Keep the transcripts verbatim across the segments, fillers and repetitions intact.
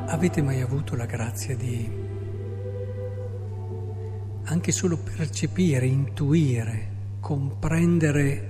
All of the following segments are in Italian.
Avete mai avuto la grazia di anche solo percepire, intuire, comprendere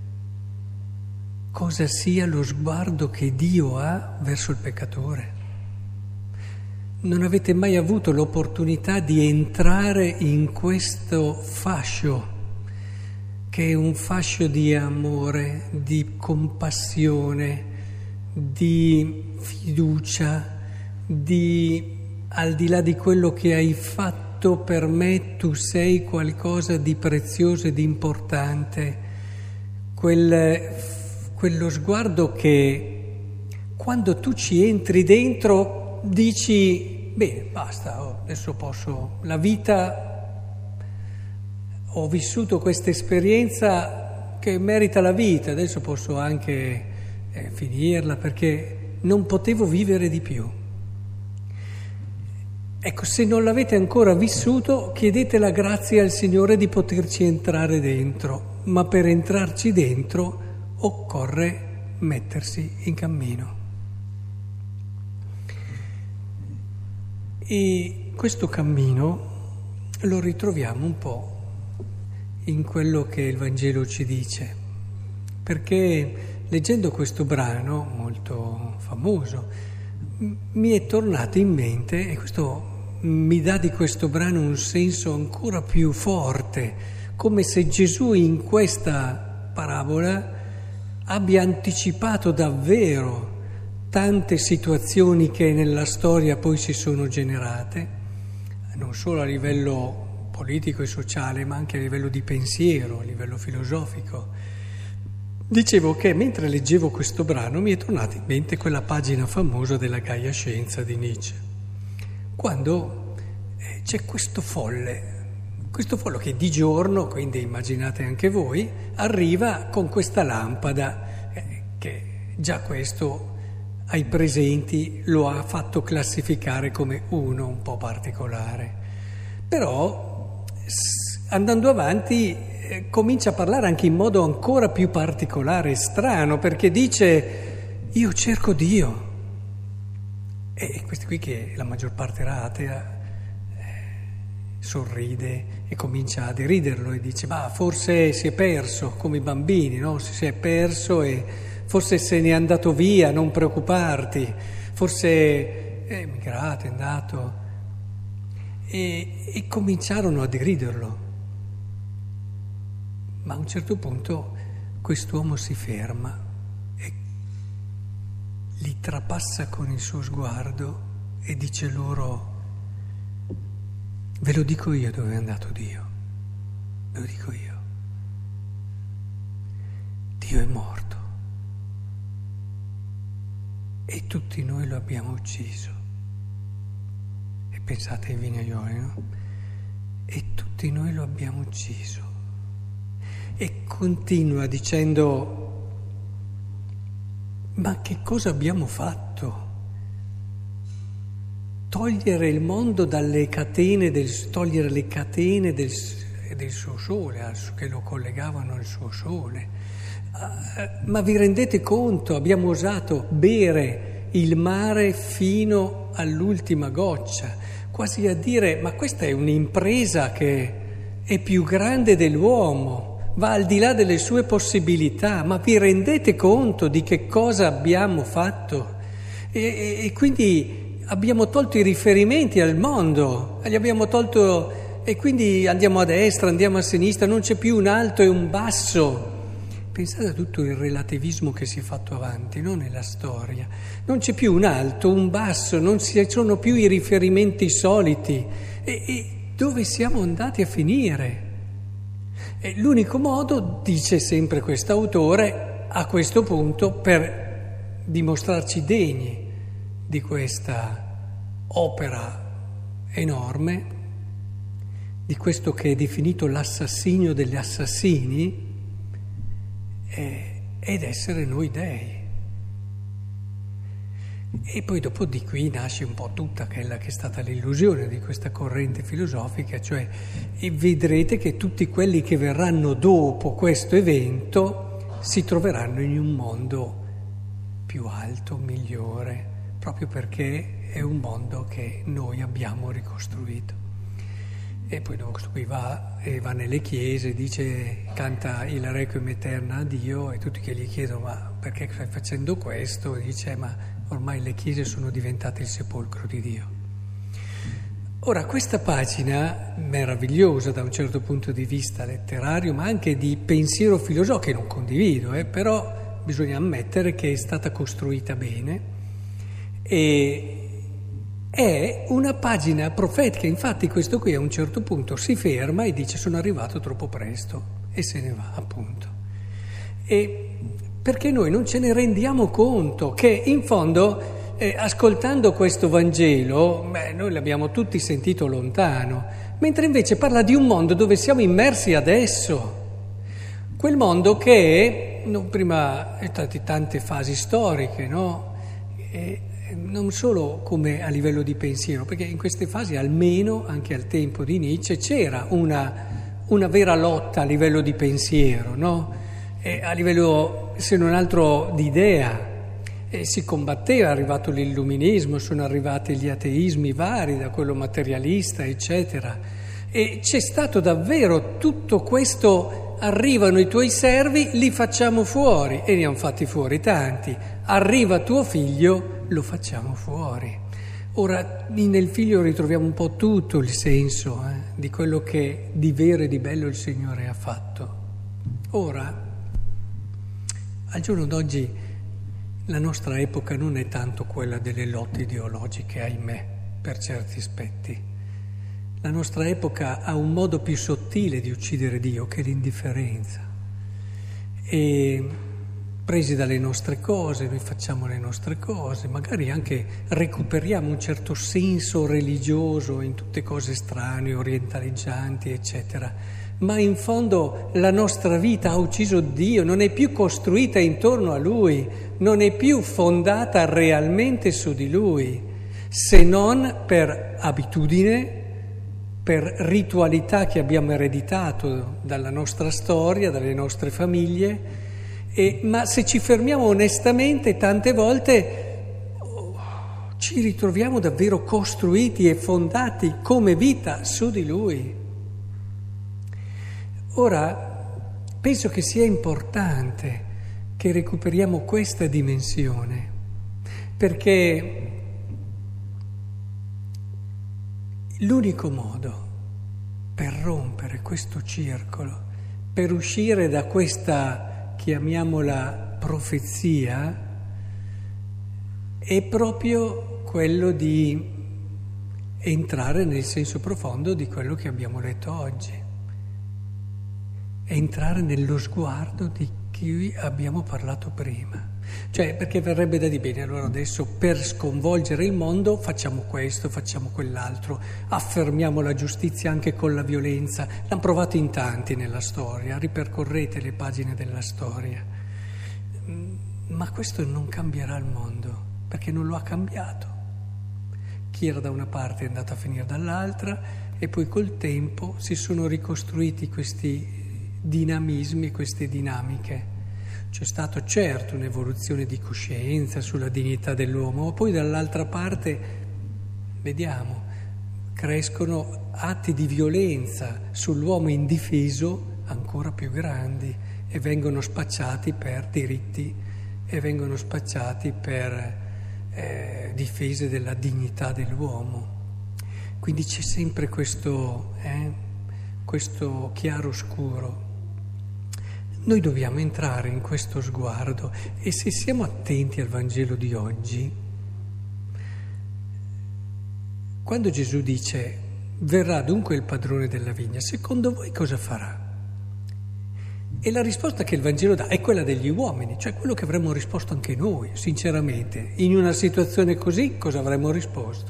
cosa sia lo sguardo che Dio ha verso il peccatore? Non avete mai avuto l'opportunità di entrare in questo fascio, che è un fascio di amore, di compassione, di fiducia, di al di là di quello che hai fatto per me, tu sei qualcosa di prezioso e di importante. Quel, quello sguardo che quando tu ci entri dentro dici, bene, basta, oh, adesso posso, la vita, ho vissuto questa esperienza che merita la vita, adesso posso anche eh, finirla perché non potevo vivere di più. Ecco, se non l'avete ancora vissuto, chiedete la grazia al Signore di poterci entrare dentro, ma per entrarci dentro occorre mettersi in cammino. E questo cammino lo ritroviamo un po' in quello che il Vangelo ci dice, perché leggendo questo brano molto famoso mi è tornato in mente, e questo mi dà di questo brano un senso ancora più forte, come se Gesù in questa parabola abbia anticipato davvero tante situazioni che nella storia poi si sono generate, non solo a livello politico e sociale, ma anche a livello di pensiero, a livello filosofico. Dicevo che mentre leggevo questo brano mi è tornata in mente quella pagina famosa della Gaia Scienza di Nietzsche, quando eh, c'è questo folle, questo folle che di giorno, quindi immaginate anche voi, arriva con questa lampada, eh, che già questo ai presenti lo ha fatto classificare come uno un po' particolare. Però andando avanti eh, comincia a parlare anche in modo ancora più particolare e strano, perché dice io cerco Dio. E questi qui, che la maggior parte era atea, eh, sorride e comincia a deriderlo e dice ma forse si è perso, come i bambini, no? Si è perso e forse se n'è andato via, non preoccuparti, forse è emigrato, è andato. E, e cominciarono a deriderlo. Ma a un certo punto quest'uomo si ferma e li trapassa con il suo sguardo e dice loro: ve lo dico io dove è andato Dio, ve lo dico io. Dio è morto e tutti noi lo abbiamo ucciso. E pensate ai vignaioli, no? E tutti noi lo abbiamo ucciso. E continua dicendo: ma che cosa abbiamo fatto? Togliere il mondo dalle catene, del, togliere le catene del, del suo sole, che lo collegavano al suo sole. Ma vi rendete conto? Abbiamo osato bere il mare fino all'ultima goccia, quasi a dire: ma questa è un'impresa che è più grande dell'uomo. Va al di là delle sue possibilità, ma vi rendete conto di che cosa abbiamo fatto? E, e, e quindi abbiamo tolto i riferimenti al mondo, gli abbiamo tolto, e quindi andiamo a destra, andiamo a sinistra, non c'è più un alto e un basso. Pensate a tutto il relativismo che si è fatto avanti, no? Nella storia. Non c'è più un alto, un basso, non ci sono più i riferimenti soliti. E, e dove siamo andati a finire? E l'unico modo, dice sempre quest'autore, a questo punto, per dimostrarci degni di questa opera enorme, di questo che è definito l'assassinio degli assassini, è, ed essere noi dei. E poi dopo di qui nasce un po' tutta quella che è stata l'illusione di questa corrente filosofica, cioè e vedrete che tutti quelli che verranno dopo questo evento si troveranno in un mondo più alto, migliore, proprio perché è un mondo che noi abbiamo ricostruito. E poi dopo questo qui va e va nelle chiese, dice, canta il Requiem Aeterna a Dio, e tutti che gli chiedono ma perché stai facendo questo? E dice ma ormai le chiese sono diventate il sepolcro di Dio. Ora questa pagina meravigliosa da un certo punto di vista letterario, ma anche di pensiero filosofico, che non condivido, eh, però bisogna ammettere che è stata costruita bene, e è una pagina profetica. Infatti questo qui a un certo punto si ferma e dice sono arrivato troppo presto, e se ne va appunto. E perché noi non ce ne rendiamo conto che in fondo eh, ascoltando questo Vangelo, beh, noi l'abbiamo tutti sentito lontano, mentre invece parla di un mondo dove siamo immersi adesso, quel mondo che non prima è stati tante fasi storiche, no? E, non solo come a livello di pensiero, perché in queste fasi almeno anche al tempo di Nietzsche c'era una, una vera lotta a livello di pensiero, no? E a livello, se non altro, di idea. E si combatteva, è arrivato l'illuminismo, sono arrivati gli ateismi vari, da quello materialista, eccetera. E c'è stato davvero tutto questo, arrivano i tuoi servi, li facciamo fuori, e ne hanno fatti fuori tanti. Arriva tuo figlio, lo facciamo fuori. Ora nel figlio ritroviamo un po' tutto il senso eh, di quello che di vero e di bello il Signore ha fatto. Ora, al giorno d'oggi, la nostra epoca non è tanto quella delle lotte ideologiche, ahimè, per certi aspetti. La nostra epoca ha un modo più sottile di uccidere Dio, che è l'indifferenza. E presi dalle nostre cose, noi facciamo le nostre cose, magari anche recuperiamo un certo senso religioso in tutte cose strane, orientaleggianti, eccetera. Ma in fondo la nostra vita ha ucciso Dio, non è più costruita intorno a Lui, non è più fondata realmente su di Lui, se non per abitudine, per ritualità che abbiamo ereditato dalla nostra storia, dalle nostre famiglie. E, ma se ci fermiamo onestamente, tante volte oh, ci ritroviamo davvero costruiti e fondati come vita su di Lui. Ora, penso che sia importante che recuperiamo questa dimensione, perché l'unico modo per rompere questo circolo, per uscire da questa, chiamiamola profezia, è proprio quello di entrare nel senso profondo di quello che abbiamo letto oggi, entrare nello sguardo di chi abbiamo parlato prima. Cioè, perché verrebbe da dire, bene, allora adesso per sconvolgere il mondo facciamo questo, facciamo quell'altro, affermiamo la giustizia anche con la violenza. L'hanno provato in tanti nella storia, ripercorrete le pagine della storia. Ma questo non cambierà il mondo, perché non lo ha cambiato. Chi era da una parte è andato a finire dall'altra, e poi col tempo si sono ricostruiti questi dinamismi, queste dinamiche. C'è stato certo un'evoluzione di coscienza sulla dignità dell'uomo, ma poi dall'altra parte, vediamo, crescono atti di violenza sull'uomo indifeso ancora più grandi, e vengono spacciati per diritti, e vengono spacciati per eh, difese della dignità dell'uomo. Quindi c'è sempre questo, eh, questo chiaro-scuro. Noi dobbiamo entrare in questo sguardo, e se siamo attenti al Vangelo di oggi, quando Gesù dice verrà dunque il padrone della vigna, secondo voi cosa farà? E la risposta che il Vangelo dà è quella degli uomini, cioè quello che avremmo risposto anche noi, sinceramente. In una situazione così cosa avremmo risposto?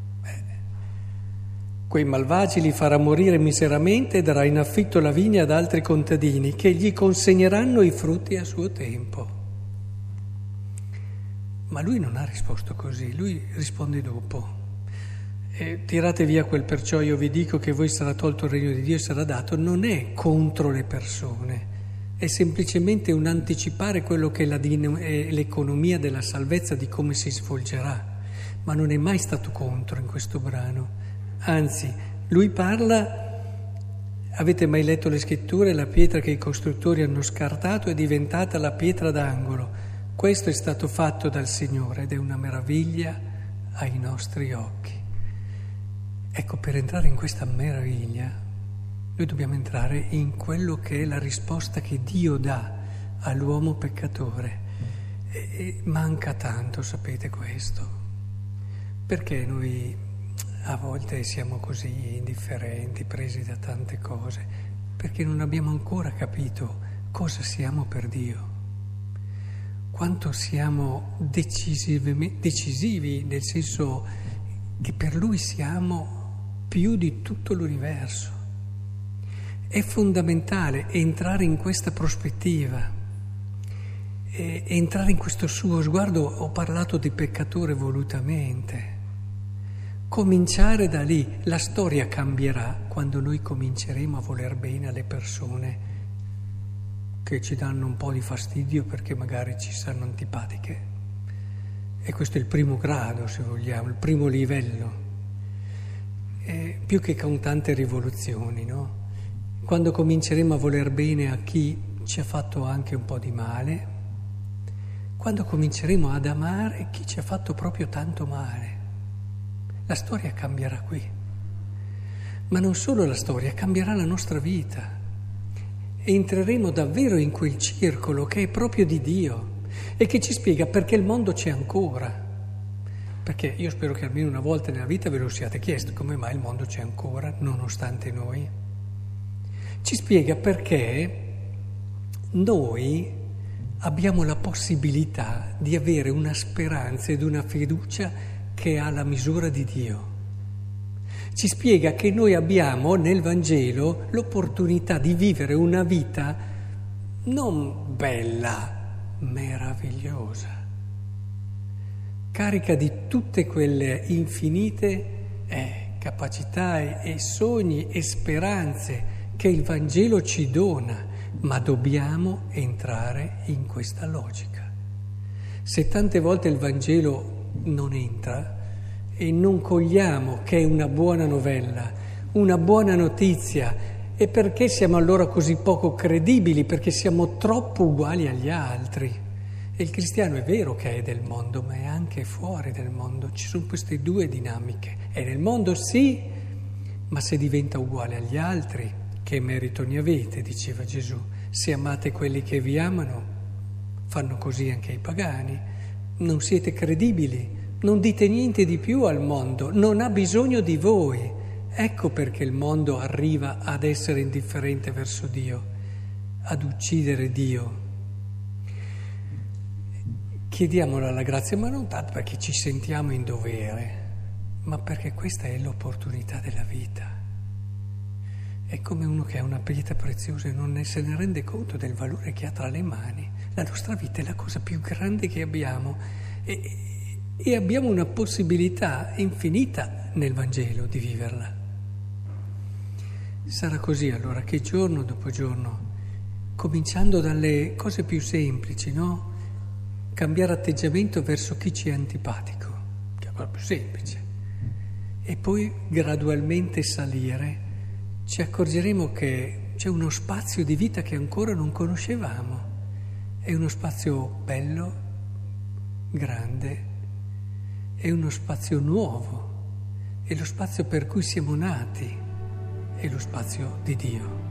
Quei malvagi li farà morire miseramente e darà in affitto la vigna ad altri contadini che gli consegneranno i frutti a suo tempo. Ma lui non ha risposto così, lui risponde dopo. E tirate via quel perciò io vi dico che voi sarà tolto il regno di Dio e sarà dato. Non è contro le persone, è semplicemente un anticipare quello che è, la, è l'economia della salvezza, di come si svolgerà. ma non è mai stato contro in questo brano. Anzi, lui parla, avete mai letto le scritture, la pietra che i costruttori hanno scartato è diventata la pietra d'angolo. Questo è stato fatto dal Signore ed è una meraviglia ai nostri occhi. Ecco, per entrare in questa meraviglia, noi dobbiamo entrare in quello che è la risposta che Dio dà all'uomo peccatore. E, e manca tanto, sapete questo? Perché noi a volte siamo così indifferenti, presi da tante cose? Perché non abbiamo ancora capito cosa siamo per Dio. Quanto siamo decisivi, decisivi nel senso che per Lui siamo più di tutto l'universo. È fondamentale entrare in questa prospettiva, e entrare in questo suo sguardo. Ho parlato di peccatore volutamente. Cominciare da lì. La storia cambierà quando noi cominceremo a voler bene alle persone che ci danno un po' di fastidio perché magari ci stanno antipatiche. E questo è il primo grado, se vogliamo, il primo livello. Eh, più che con tante rivoluzioni, no? Quando cominceremo a voler bene a chi ci ha fatto anche un po' di male, quando cominceremo ad amare chi ci ha fatto proprio tanto male, la storia cambierà qui. Ma non solo la storia, cambierà la nostra vita. E entreremo davvero in quel circolo che è proprio di Dio e che ci spiega perché il mondo c'è ancora. Perché io spero che almeno una volta nella vita ve lo siate chiesto, come mai il mondo c'è ancora, nonostante noi. Ci spiega perché noi abbiamo la possibilità di avere una speranza ed una fiducia che ha la misura di Dio. Ci spiega che noi abbiamo nel Vangelo l'opportunità di vivere una vita non bella, meravigliosa, carica di tutte quelle infinite eh, capacità e, e sogni e speranze che il Vangelo ci dona, ma dobbiamo entrare in questa logica. Se tante volte il Vangelo non entra e non cogliamo che è una buona novella, una buona notizia, e perché siamo allora così poco credibili? Perché siamo troppo uguali agli altri. E il cristiano è vero che è del mondo, ma è anche fuori del mondo. Ci sono queste due dinamiche. È nel mondo sì, ma se diventa uguale agli altri, che merito ne avete, diceva Gesù. Se amate quelli che vi amano, fanno così anche i pagani. Non siete credibili, non dite niente di più al mondo, non ha bisogno di voi. Ecco perché il mondo arriva ad essere indifferente verso Dio, ad uccidere Dio. Chiediamola la grazia, ma non tanto perché ci sentiamo in dovere, ma perché questa è l'opportunità della vita. È come uno che ha una pietra preziosa e non se ne rende conto del valore che ha tra le mani. La nostra vita è la cosa più grande che abbiamo e, e abbiamo una possibilità infinita nel Vangelo di viverla. Sarà così allora che giorno dopo giorno, cominciando dalle cose più semplici, no? Cambiare atteggiamento verso chi ci è antipatico, che è quello più semplice, e poi gradualmente salire, ci accorgeremo che c'è uno spazio di vita che ancora non conoscevamo. È uno spazio bello, grande, è uno spazio nuovo, è lo spazio per cui siamo nati, è lo spazio di Dio.